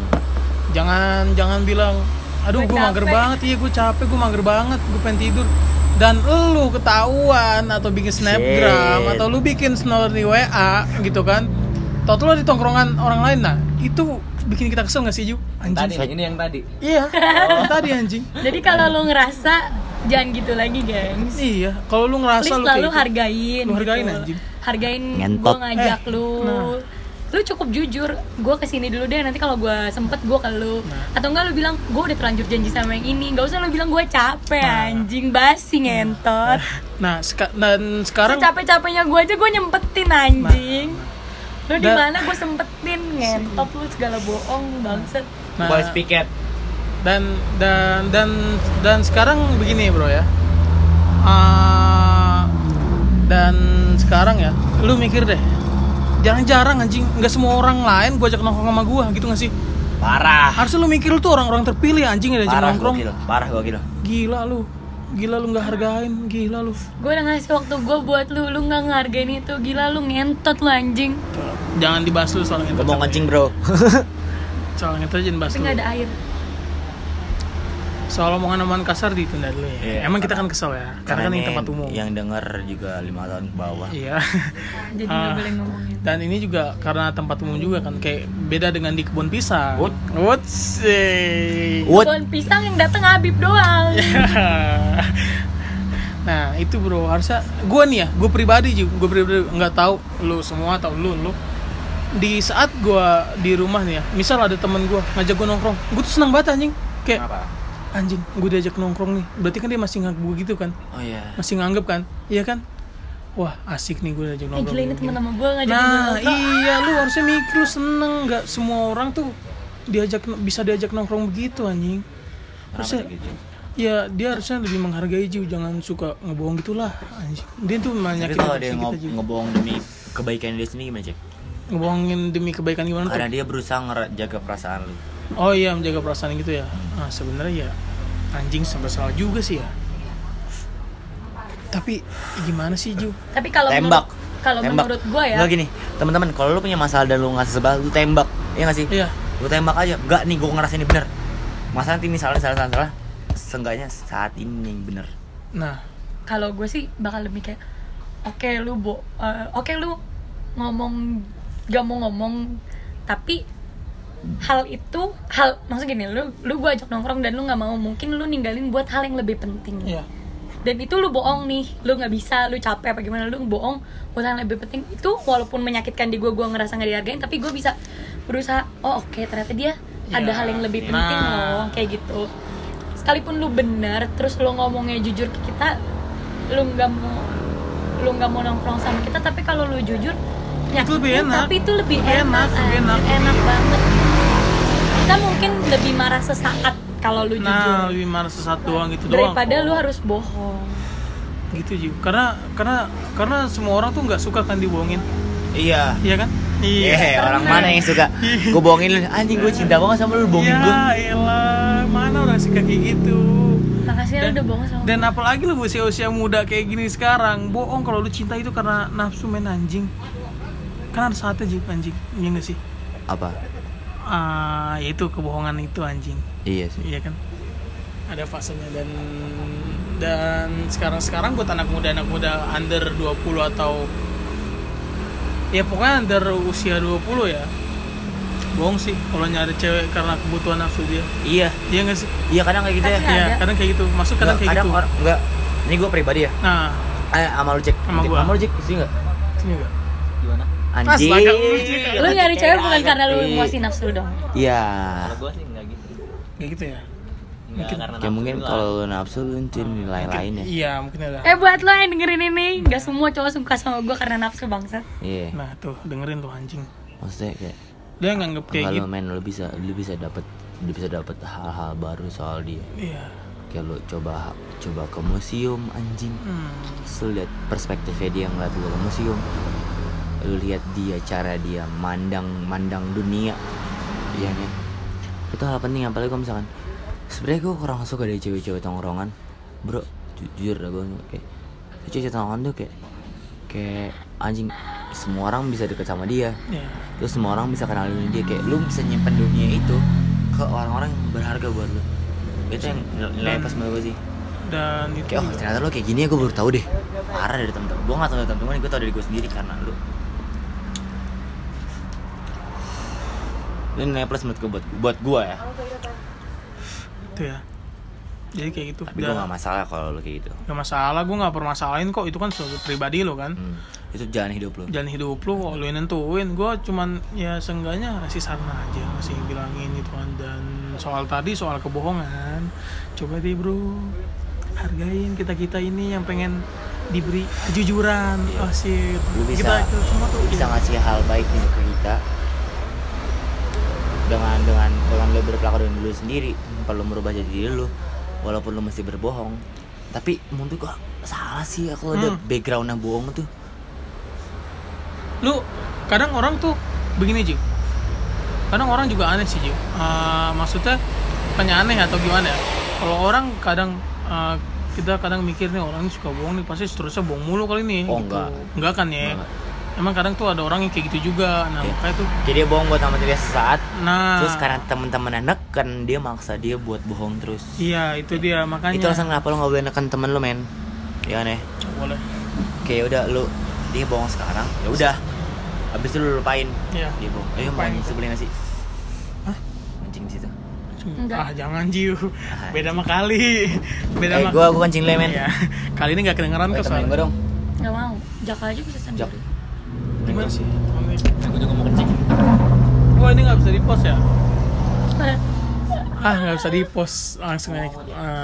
Jangan bilang aduh gue mager banget, iya gue capek, gue mager banget, gue pengen tidur. Dan lu ketahuan atau bikin snapgram atau lu bikin story WA gitu kan, tau tuh lo di tongkrongan orang lain, nah itu bikin kita kesel gak sih Ju? Anjing. Tadi, ini yang tadi. Iya, yang tadi anjing. Jadi kalau lu ngerasa jangan gitu lagi, gengs. Iya, kalau lu ngerasa please lu lah, kayak lu hargain. lu hargain gitu. anjing. Hargain Ngentot. gue ngajak lu. Nah. Lu cukup jujur, gue kesini dulu deh, nanti kalau gue sempet gue ke lu. Atau enggak lu bilang gue udah terlanjur janji sama yang ini, nggak usah lu bilang gue capek, anjing basi ngentot. Nah, dan sekarang Secapek-capeknya gue aja gue nyempetin anjing. Lu di mana gue sempetin, ngentot lu segala bohong bangsat. nah, Boys piket. dan sekarang begini bro ya. Dan sekarang ya, lu mikir deh. Jarang-jarang anjing, nggak semua orang lain gue ajak nongkrong sama gue, gitu nggak sih? Parah. Harusnya lu mikir lu tuh orang-orang terpilih anjing yang ajak nongkrong. Parah gue Gila lu nggak hargain, gila lu. Gue udah ngasih waktu gue buat lu nggak ngehargain itu, gila lu ngentot lu anjing. Jangan dibahas lu soal itu. Ngomong anjing bro. Soal itu jangan bahas Tapi dulu. nggak ada air. Soal omongan-omongan kasar ditunda dulu ya. Emang kita kan kesel ya, karena kan ini tempat umum. Yang denger juga 5 tahun ke bawah. Iya. Jadi nggak boleh ngomongin. Dan ini juga karena tempat umum juga kan, kayak beda dengan di kebun pisang. Wood. Kebun pisang yang datang Habib doang. Nah itu bro, harusnya gue nih ya, gue pribadi nggak tahu lu semua atau lu di saat gue di rumah nih ya, misal ada temen gue ngajak gue nongkrong, gue tuh senang banget anjing, kayak Kenapa? anjing gue diajak nongkrong nih, berarti kan dia masih nganggep gue gitu kan, Oh iya. masih nganggep kan, iya kan, wah asik nih gue diajak nongkrong. Gila ini temen sama gue ngajak Nah gue nongkrong. iya, lu harusnya mikir, lu seneng, nggak semua orang tuh bisa diajak nongkrong begitu anjing. Harusnya ya dia harusnya lebih menghargai Jiu, jangan suka ngebohong gitulah anjing. Dia tuh Tapi menyakitin kalau dia kita Jiu. ngebohong demi kebaikan dia sendiri gimana, Cek? Ngebohongin demi kebaikan gimana tuh? Karena dia berusaha jaga perasaan lu. Oh iya, menjaga perasaan gitu ya. Nah sebenarnya ya anjing sampai salah juga sih ya. Tapi gimana sih Ju? Tapi kalau tembak. menurut gue ya. Enggak gini, teman-teman, kalau lu punya masalah dan lu nggak sebal, lu tembak. Iya nggak sih? Iya. Lu tembak aja. Enggak nih, gue ngerasa ini bener. Masalah nanti misalnya salah. Seenggaknya saat ini yang bener. Nah, kalau gue sih bakal lebih kayak oke, lu ngomong gak mau ngomong, tapi maksud gini, lu gue ajak nongkrong dan lu nggak mau, mungkin lu ninggalin buat hal yang lebih penting. iya. Dan itu lu bohong nih, lu nggak bisa, lu capek apa gimana, lu bohong buat hal yang lebih penting. Itu walaupun menyakitkan di gue ngerasa nggak dihargain, tapi gue bisa berusaha, oke, ternyata dia ada hal yang lebih penting loh, kayak gitu. Sekalipun lu benar, terus lu ngomongnya jujur ke kita, lu nggak mau nongkrong sama kita, tapi kalau lu jujur itu lebih enak. Tapi itu lebih enak banget. Kita mungkin lebih marah sesaat kalau lu jujur. Nah, lebih marah sesaat doang gitu daripada doang. lu harus bohong. Gitu Ju. Karena semua orang tuh nggak suka kan dibohongin. Iya. Iya kan? Iya. Orang mana yang suka gue bohongin lu? Anjing, gue cinta banget sama lu bohongin gue. Ya elah, mana orang suka kayak gitu. Makasih lu udah bohong sama Dan apalagi lu usia muda kayak gini sekarang, bohong kalau lu cinta itu karena nafsu, men, anjing. Kan ada saatnya Ju, anjing. Iya nggak sih? Apa? Itu kebohongan itu, anjing. Iya sih. Iya kan? Ada fasenya. Dan sekarang buat anak muda under 20 atau ya pokoknya under usia 20 ya, bohong sih kalau nyari cewek karena kebutuhan nafsu dia. Iya nggak sih? Iya, kadang kayak gitu ya. Iya, kadang kayak gitu. Maksud kadang kayak gitu. Enggak. Ini gue pribadi ya. Nah, sama lu cek. Sama gua. Sama lu cek sih enggak? sini enggak? Gimana? Anjing. Lu nyari cewek bukan karena lu memuasin nafsu dong. Iya. Kalau gua sih enggak gitu. Kayak gitu ya. Mungkin karena Ya mungkin kalau lu nafsu lu nilai lain ya. Iya, mungkin ada. Buat lo yang dengerin ini, nggak semua cowok suka sama gue karena nafsu bangsat. Iya. Nah, tuh dengerin tuh anjing. Maksudnya kayak Dia nganggep kayak kalau gitu. main lu bisa dapat hal-hal baru soal dia. Iya. Kayak lu coba ke museum, anjing. Terus lu lihat perspektifnya dia ngeliat lu ke museum. Lu lihat dia, cara dia mandang dunia. Iya kan? Itu hal penting, apalagi kalau misalkan sebenarnya gue kurang suka dari cewek-cewek tongkrongan, bro. Jujur dah gue kayak cewek-cewek tongkrongan tuh kayak anjing. Semua orang bisa deket sama dia. Iya. Terus semua orang bisa kenalin dia, kayak lu bisa nyimpen dunia itu ke orang-orang yang berharga buat lu. Itu yang nilai pas menurut gue sih. Dan itu Kayak ternyata lu kayak gini ya, gue baru tahu deh. Parah dari temen-temen. Gue gak tau dari temen-temen, gue tau dari gue sendiri karena lu. Ini nilai plus menurut gue buat gue ya. itu ya. Jadi kayak gitu. Tapi gue gak masalah kalau lu kayak gitu. Gak masalah, gue gak permasalahin kok. Itu kan sesuatu pribadi lo kan. Itu jalan hidup lu. Jalan hidup lo, lo yang nentuin. Gue cuman ya seenggaknya ngasih saran aja, ngasih bilangin itu kan. Dan soal kebohongan, coba deh bro, hargain kita ini yang pengen diberi kejujuran. Sih Lu bisa kita semua tuh bisa ngasih hal baik nih ke kita dengan lu berpelakon dengan lu sendiri. Kalau merubah jadi diri lu, walaupun lu mesti berbohong, tapi menurut gua salah sih kalau ada backgroundnya bohong tuh. Lu kadang orang tuh begini Ji, kadang orang juga aneh sih Ji. Maksudnya bukannya aneh atau gimana ya, kalau orang kadang kita kadang mikir nih orang ini suka bohong nih, pasti seterusnya bohong mulu kali nih. Oh, gitu. enggak. Enggak kan ya. Enggak. Emang kadang tuh ada orang yang kayak gitu juga. Nah makanya tuh Jadi dia bohong buat sama dia sesaat. Nah Terus karena temen-temennya neken, dia maksa dia buat bohong terus. iya itu dia makanya. Itu alasan kenapa lu gak boleh neken temen lu, men. Ya kan ya. Boleh. Kayak udah lu, dia bohong sekarang, ya udah. Habis itu lu lupain. Iya. Dia bohong. Ayo Lupain. mancing sebelin nasi. Hah? Mancing di situ. Enggak. Jangan Jiu. Beda sama kali. Beda sama. Gua kencing le, men. Iya. Kali ini gak kedengeran kok Temenin gua soalnya. dong. Nggak mau. Jaka aja bisa sendiri. Jak. Gimana sih? Aku juga mau kencing. Wah ini nggak bisa di post ya? Nggak bisa di post langsung aja.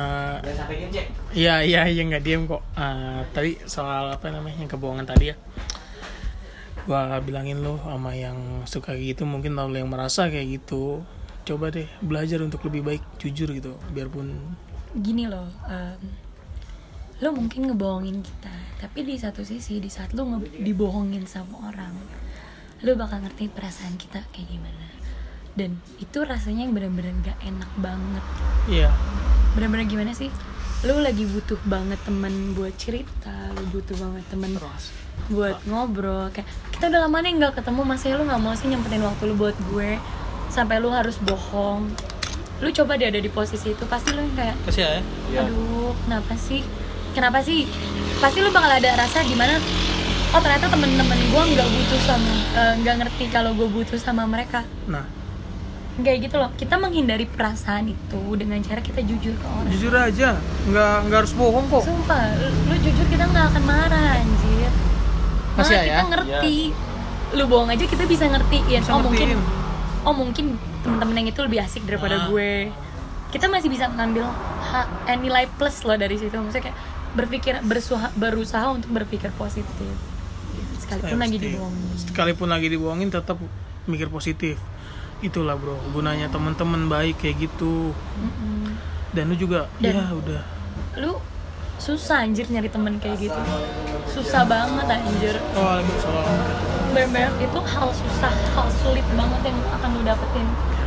Iya nggak diem kok. Tadi soal apa namanya yang kebohongan tadi ya. Gua bilangin lo sama yang suka gitu, mungkin lo yang merasa kayak gitu, coba deh belajar untuk lebih baik, jujur gitu, biarpun Gini loh, lo mungkin ngebohongin kita, tapi di satu sisi di saat lo dibohongin sama orang, lo bakal ngerti perasaan kita kayak gimana. Dan itu rasanya yang benar-benar gak enak banget. iya. Benar-benar gimana sih? lu lagi butuh banget temen buat cerita, lu butuh banget temen buat ngobrol. Kayak kita udah lama nih nggak ketemu, masih lu nggak mau sih nyempetin waktu lu buat gue sampai lu harus bohong. Lu coba dia ada di posisi itu, pasti lu yang kayak Kasihan ya? aduh kenapa sih pasti lu bakal ada rasa gimana, oh ternyata temen-temen gue nggak ngerti kalau gue butuh sama mereka. Nah, kayak gitu loh. Kita menghindari perasaan itu dengan cara kita jujur ke orang. jujur aja, nggak harus bohong kok. Sumpah, lu jujur kita nggak akan marah anjir. Masih Malah kita ya? ngerti. Lu bohong aja kita bisa ngertiin. Bisa ngertiin. Mungkin temen-temen yang itu lebih asik daripada gue. Kita masih bisa ngambil nilai plus loh dari situ. Maksudnya kayak berusaha untuk berpikir positif. Sekalipun lagi dibohongin tetap mikir positif. Itulah bro, gunanya teman-teman baik kayak gitu. Dan lu juga ya udah. Lu susah anjir nyari temen kayak gitu. Susah banget anjir. Waalaikumsalam. Bener-bener itu hal susah, hal sulit banget yang akan lu dapetin.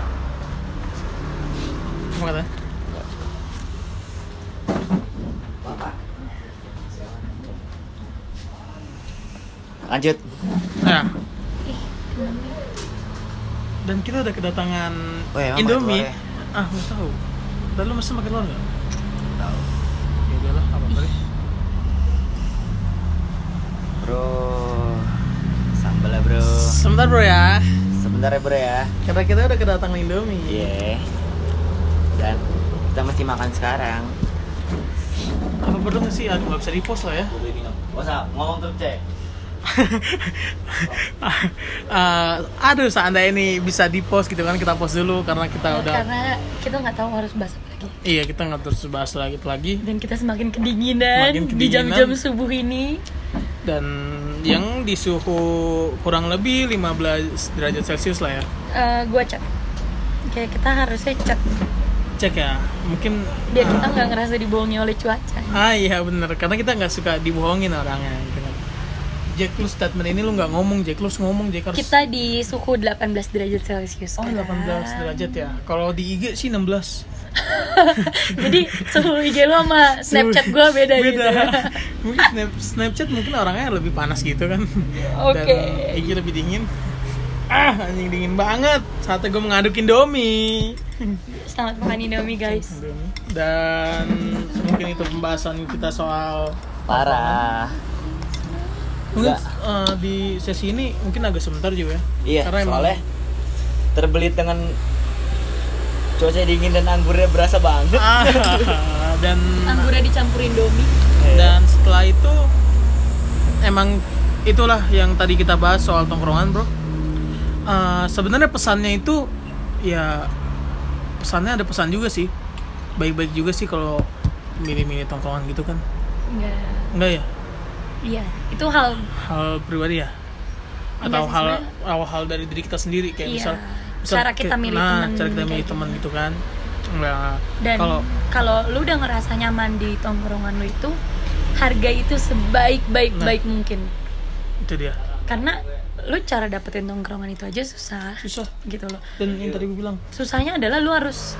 Apa kata? Lanjut. Nah. Dan kita udah kedatangan Indomie. Nggak tahu. Dan lu masih makan telur nggak? Tahu. Ya udahlah, apa kali. Bro, sambal lah bro. Sebentar bro ya. Sebentar ya bro ya. Karena kita udah kedatangan Indomie. Iya. Dan kita mesti makan sekarang. Apa perlu nggak sih? Aduh, nggak bisa di-post lah ya. What's ngomong terus cek. Aduh, seandainya ini bisa di-post gitu kan, kita post dulu karena kita udah. Karena kita nggak tahu harus bahas apa lagi. Iya, kita nggak terus bahas lagi. Dan kita semakin kedinginan di jam-jam subuh ini. Dan yang di suhu kurang lebih 15 derajat Celcius lah ya. Gua cek. Kayak kita harusnya cek ya, mungkin biar kita nggak ngerasa dibohongi oleh cuaca. Iya bener, karena kita nggak suka dibohongin orangnya gitu kan. Jack, lu statement ini lu nggak ngomong, Jack, lu harus ngomong, Jack. Kita di suhu 18 derajat Celcius. 18 derajat ya. Kalau di IG sih 16. Jadi suhu IG lu sama Snapchat gue beda gitu. Mungkin Snapchat mungkin orangnya lebih panas gitu kan. Oke. Dan IG lebih dingin. Anjing dingin banget. Saatnya gue mengaduk Indomie. Selamat makan Indomie guys. Dan mungkin itu pembahasan kita soal parah. Mungkin di sesi ini mungkin agak sebentar juga ya. Iya, karena soalnya terbelit dengan cuaca dingin dan anggurnya berasa banget. Dan anggurnya dicampurin Indomie. Dan setelah itu emang itulah yang tadi kita bahas soal tongkrongan, bro. Sebenarnya pesannya itu ya pesannya ada pesan juga sih. Baik-baik juga sih kalau milih-milih tongkrongan gitu kan. Enggak ya? Iya, itu hal pribadi ya? Atau hal dari diri kita sendiri kayak misal cara kita milih teman. Cara kita milih teman gitu kan. Nah, dan kalau lu udah ngerasa nyaman di tongkrongan lu itu, hargai itu sebaik-baik mungkin. Itu dia. Karena lu cara dapetin tongkrongan itu aja susah gitu loh. Dan yang tadi gue bilang, susahnya adalah lu harus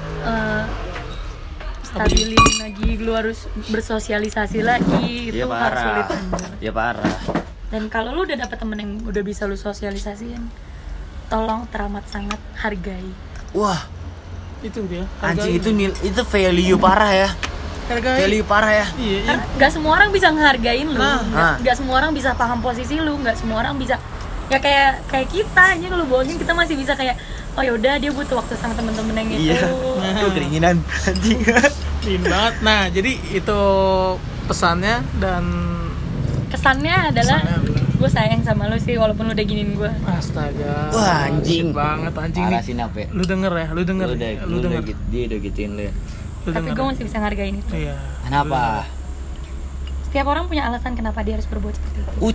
stabilin lagi, lu harus bersosialisasi lagi. Itu hal sulit. Ya parah. Dan kalau lu udah dapet temen yang udah bisa lu sosialisasiin, tolong teramat sangat hargai. Wah, itu dia. Anjing itu value parah ya. Hargai. Value parah ya. Iya. Gak semua orang bisa ngehargain lu. Gak semua orang bisa paham posisi lu. Gak semua orang bisa. Ya kayak kita aja kalau bohongin kita masih bisa kayak, oh yaudah dia butuh waktu sama temen-temen yang itu. Iya. Itu keringinan anjing. Dingin banget. Nah, jadi itu pesannya dan kesannya adalah gue sayang sama lu sih walaupun lu udah giniin gue. Astaga. Wah, anjing banget anjing parah nih. sih Nap ya. Lu denger ya, lu denger. Dia udah gituin lu ya. Tapi gue masih bisa ngargain itu. Iya. Kenapa? Setiap orang punya alasan kenapa dia harus berbuat seperti itu.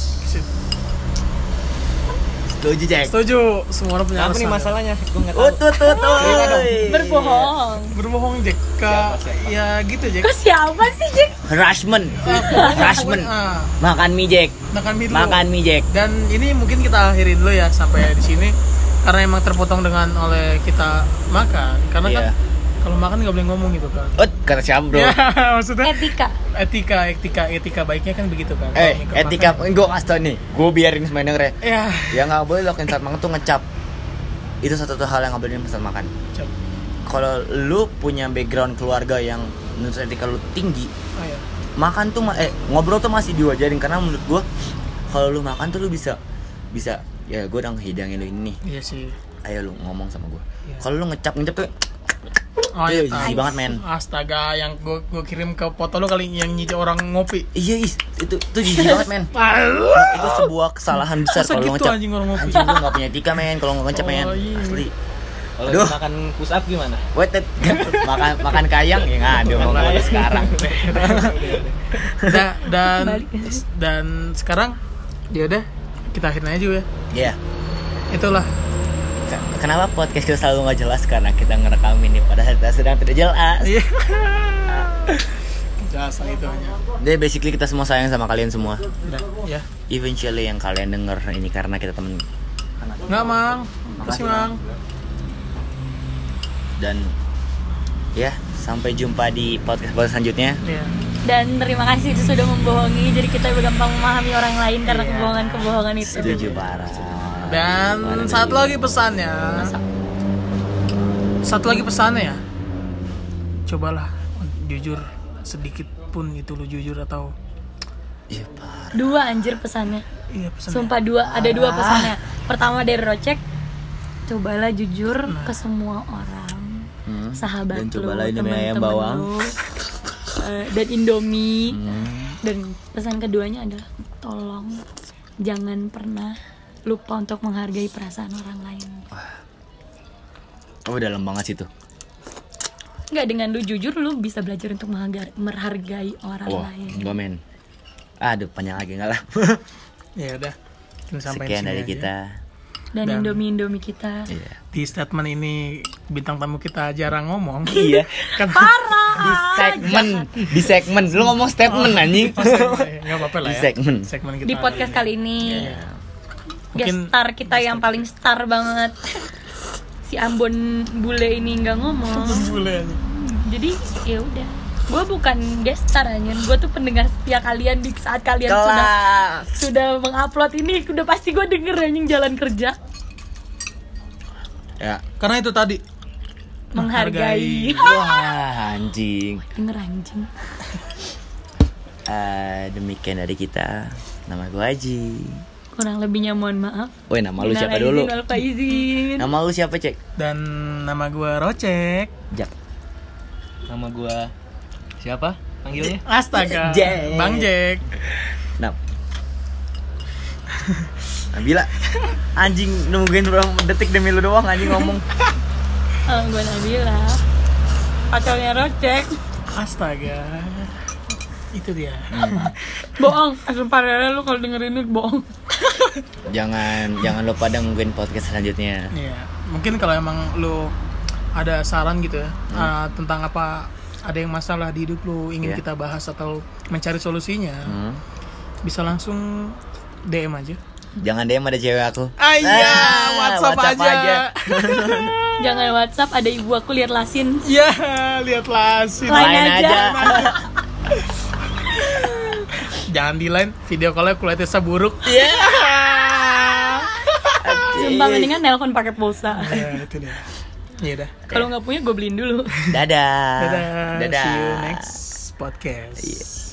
Setuju, Jack. Setuju. Semua orang punya alasan. Apa nih masalahnya? Gue enggak tahu. Berbohong, Jack. Ya gitu, Jack. Kok siapa sih, Jack? Harassment. Makan mie, Jack. Makan mie, Jack. Dan ini mungkin kita akhirin dulu ya sampai di sini. Karena emang terpotong oleh kita makan. Karena kan kalau makan nggak boleh ngomong gitu kan. Kata siapa bro? Ya, maksudnya Etika baiknya kan begitu kan. Etika gue kasih tau nih, gue biarin semuanya denger ya. Ya nggak boleh lakuin saat makan tuh ngecap. Itu satu hal yang nggak boleh saat makan. Kalau lu punya background keluarga yang menurut etika lu tinggi, ya. Makan tuh ngobrol tuh masih diwajarin, karena menurut gue kalau lu makan tuh lu bisa ya gue udah ngehidangin lu ini nih. Iya sih. Ayo lu ngomong sama gue. Ya. Kalau lu ngecap tuh iya, jijik banget men. Astaga, yang gue kirim ke foto lu kali yang nyicip orang ngopi. Iya itu jijik banget men. Itu sebuah kesalahan besar kalau gitu, ngecap. Anjing orang ngopi. Anjing lu nggak punya etika men kalau ngecap men. Iya. Asli. Kalau makan push up gimana? Wait, makan kayang ya ngadu mau ngomong sekarang. Dan sekarang ya udah kita akhirin aja ya. Iya. Itulah. Kenapa podcast kita selalu nggak jelas, karena kita ngerekam ini pada saat kita sedang tidak jelas. Iya. Jelas itu aja. Jadi basically kita semua sayang sama kalian semua. Udah, ya. Eventually yang kalian denger ini karena kita temen. Enggak, Mang. Makasih, Mang. Dan ya, sampai jumpa di podcast selanjutnya. Iya. Dan terima kasih itu sudah membohongi, jadi kita gampang memahami orang lain karena kebohongan itu. Setuju parah. Dan satu lagi pesannya ya, cobalah jujur sedikit pun, itu lu jujur atau iya parah. 2 anjir pesannya. Iya pesannya. Sumpah 2, ada 2 pesannya. Pertama dari Rocek, cobalah jujur ke semua orang, sahabat dan lu, cobalah Indomie ayam temen-temen bawang lu, dan Indomie. Dan pesan keduanya adalah tolong jangan pernah lupa untuk menghargai perasaan orang lain. Oh dalam banget sih tuh. Enggak, dengan lu jujur lu bisa belajar untuk menghargai orang lain. Enggak men. Aduh panjang lagi enggak lah. Ya udah. Sekian dari kita. Dan Indomie kita. Iya. Di statement ini bintang tamu kita jarang ngomong. Iya. Kan Parah. Di segmen. Lu ngomong statement anjing. Enggak apa-apa lah ya. Segmen kita. Di podcast kali ini. Iya. Guest star kita yang paling star banget. Si Ambon bule ini nggak ngomong. Bule. Jadi ya udah. Gue bukan guest star anjir. Gue tuh pendengar setia kalian di saat kalian sudah mengupload ini. Udah pasti gue denger anjing jalan kerja. Ya. Karena itu tadi Menghargai. Wah anjing. Denger anjing. Demikian dari kita. Nama gue Haji. Kurang lebihnya mohon maaf. Woi nama lu siapa dulu? Izin. Nama lu siapa Cek? Dan nama gue Rocek. Jak. Nama gua siapa? Panggilnya? Astaga. Jack. Bang Jack. Nabila. Anjing nungguin berapa detik demi lu doang anjing ngomong. Gue Nabila. Pacarnya Rocek. Astaga. Itu dia. Bohong. Sumpah Rere lu kalau dengerin ini bohong. Jangan lupa dengerin podcast selanjutnya. Iya. Mungkin kalau emang lu ada saran gitu ya, tentang apa, ada yang masalah di hidup lu ingin kita bahas atau mencari solusinya, bisa langsung DM aja. Jangan DM ada cewek aku. WhatsApp aja. Jangan WhatsApp, ada ibu aku lihat lasin. Ya, lihat lasin. Lain aja. Jangan di line, video call-nya kualitasnya buruk. Sumpah mendingan nelpon pakai pulsa. Ya, itu dia. Iya dah. Kalau nggak punya gue beliin dulu. Dadah. Dadah. See you next podcast.